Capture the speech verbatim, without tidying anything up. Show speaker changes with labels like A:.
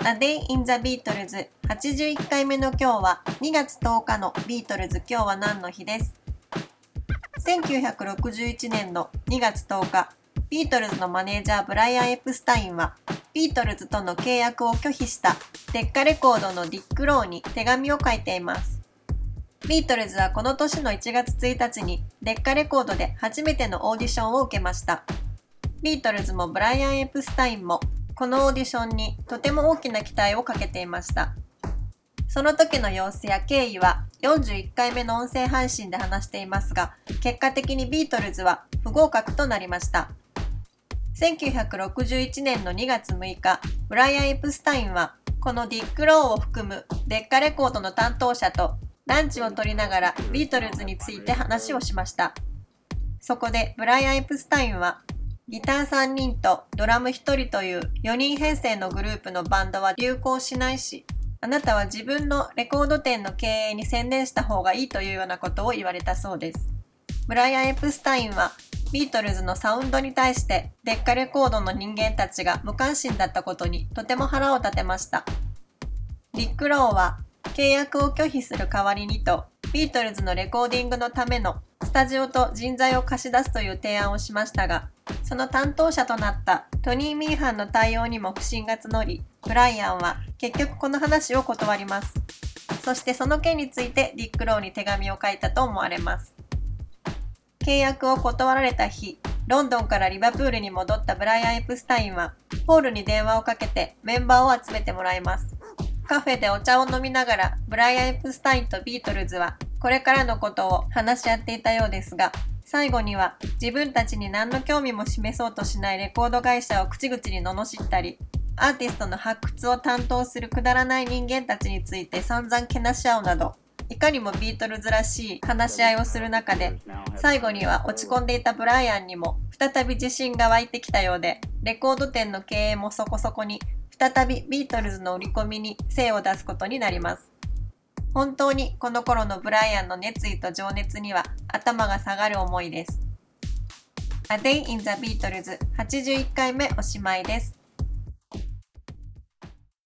A: A Day in the Beatles はちじゅういっかいめの今日はにがつとおかのビートルズ今日は何の日です。せんきゅうひゃくろくじゅういちねんのにがつとおか、ビートルズのマネージャーブライアン・エプスタインはビートルズとの契約を拒否したデッカレコードのディック・ローに手紙を書いています。ビートルズはこの年のいちがつついたちにデッカレコードで初めてのオーディションを受けました。ビートルズもブライアン・エプスタインもこのオーディションにとても大きな期待をかけていました。その時の様子や経緯はよんじゅういっかいめの音声配信で話していますが、結果的にビートルズは不合格となりました。せんきゅうひゃくろくじゅういちねんのにがつむいか、ブライアン・エプスタインはこのディック・ローを含むデッカレコードの担当者とランチを取りながらビートルズについて話をしました。そこでブライアン・エプスタインはギターさんにんとドラムひとりというよにん編成のグループのバンドは流行しないし、あなたは自分のレコード店の経営に専念した方がいいというようなことを言われたそうです。ブライアン・エプスタインはビートルズのサウンドに対してデッカレコードの人間たちが無関心だったことにとても腹を立てました。ディック・ローは契約を拒否する代わりにとビートルズのレコーディングのためのスタジオと人材を貸し出すという提案をしましたが、その担当者となったトニー・ミーハンの対応にも不信が募り、ブライアンは結局この話を断ります。そしてその件についてディック・ローに手紙を書いたと思われます。契約を断られた日、ロンドンからリバプールに戻ったブライアン・エプスタインはポールに電話をかけてメンバーを集めてもらいます。カフェでお茶を飲みながらブライアン・エプスタインとビートルズはこれからのことを話し合っていたようですが、最後には自分たちに何の興味も示そうとしないレコード会社を口々に罵ったり、アーティストの発掘を担当するくだらない人間たちについて散々けなし合うなど、いかにもビートルズらしい話し合いをする中で、最後には落ち込んでいたブライアンにも再び自信が湧いてきたようで、レコード店の経営もそこそこに再びビートルズの売り込みに精を出すことになります。本当にこの頃のブライアンの熱意と情熱には頭が下がる思いです。A Day in the Beatles はちじゅういっかいめおしまいです。